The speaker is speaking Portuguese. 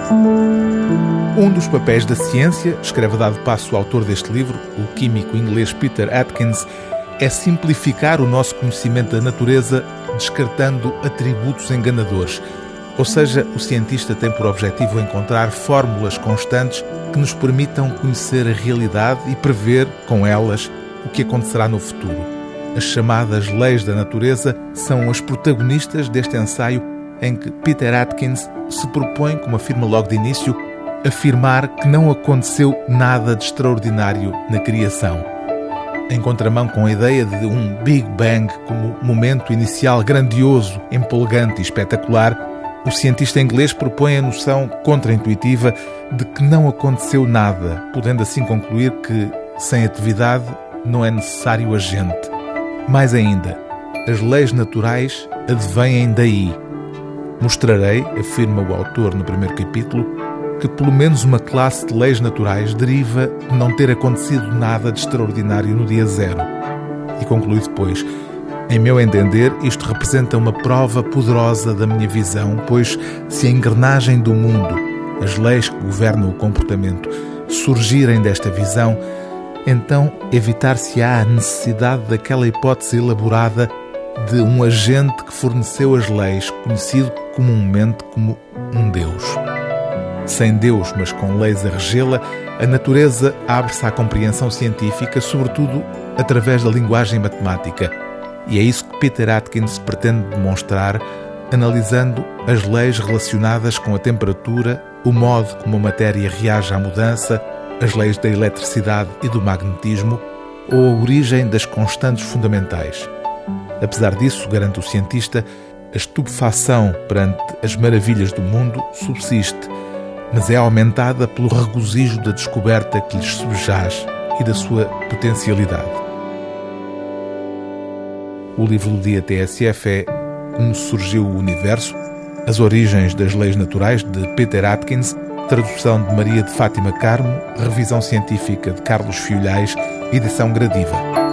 Um dos papéis da ciência, escreve a dado passo o autor deste livro, o químico inglês Peter Atkins, é simplificar o nosso conhecimento da natureza descartando atributos enganadores. Ou seja, o cientista tem por objetivo encontrar fórmulas constantes que nos permitam conhecer a realidade e prever, com elas, o que acontecerá no futuro. As chamadas leis da natureza são as protagonistas deste ensaio em que Peter Atkins se propõe, como afirma logo de início, afirmar que não aconteceu nada de extraordinário na criação. Em contramão com a ideia de um Big Bang como momento inicial grandioso, empolgante e espetacular, o cientista inglês propõe a noção contraintuitiva de que não aconteceu nada, podendo assim concluir que, sem atividade, não é necessário agente. Mais ainda, as leis naturais advêm daí. Mostrarei, afirma o autor no primeiro capítulo, que pelo menos uma classe de leis naturais deriva de não ter acontecido nada de extraordinário no dia zero. E conclui depois: em meu entender, isto representa uma prova poderosa da minha visão, pois se a engrenagem do mundo, as leis que governam o comportamento, surgirem desta visão, então evitar-se-á a necessidade daquela hipótese elaborada de um agente que forneceu as leis, conhecido comumente como um Deus. Sem Deus, mas com leis a regê-la, a natureza abre-se à compreensão científica, sobretudo através da linguagem matemática. E é isso que Peter Atkins pretende demonstrar, analisando as leis relacionadas com a temperatura, o modo como a matéria reage à mudança, as leis da eletricidade e do magnetismo, ou a origem das constantes fundamentais. Apesar disso, garante o cientista, a estupefação perante as maravilhas do mundo subsiste, mas é aumentada pelo regozijo da descoberta que lhes subjaz e da sua potencialidade. O livro do dia TSF é Como Surgiu o Universo, as origens das leis naturais, de Peter Atkins, tradução de Maria de Fátima Carmo, revisão científica de Carlos Fiolhais, edição Gradiva.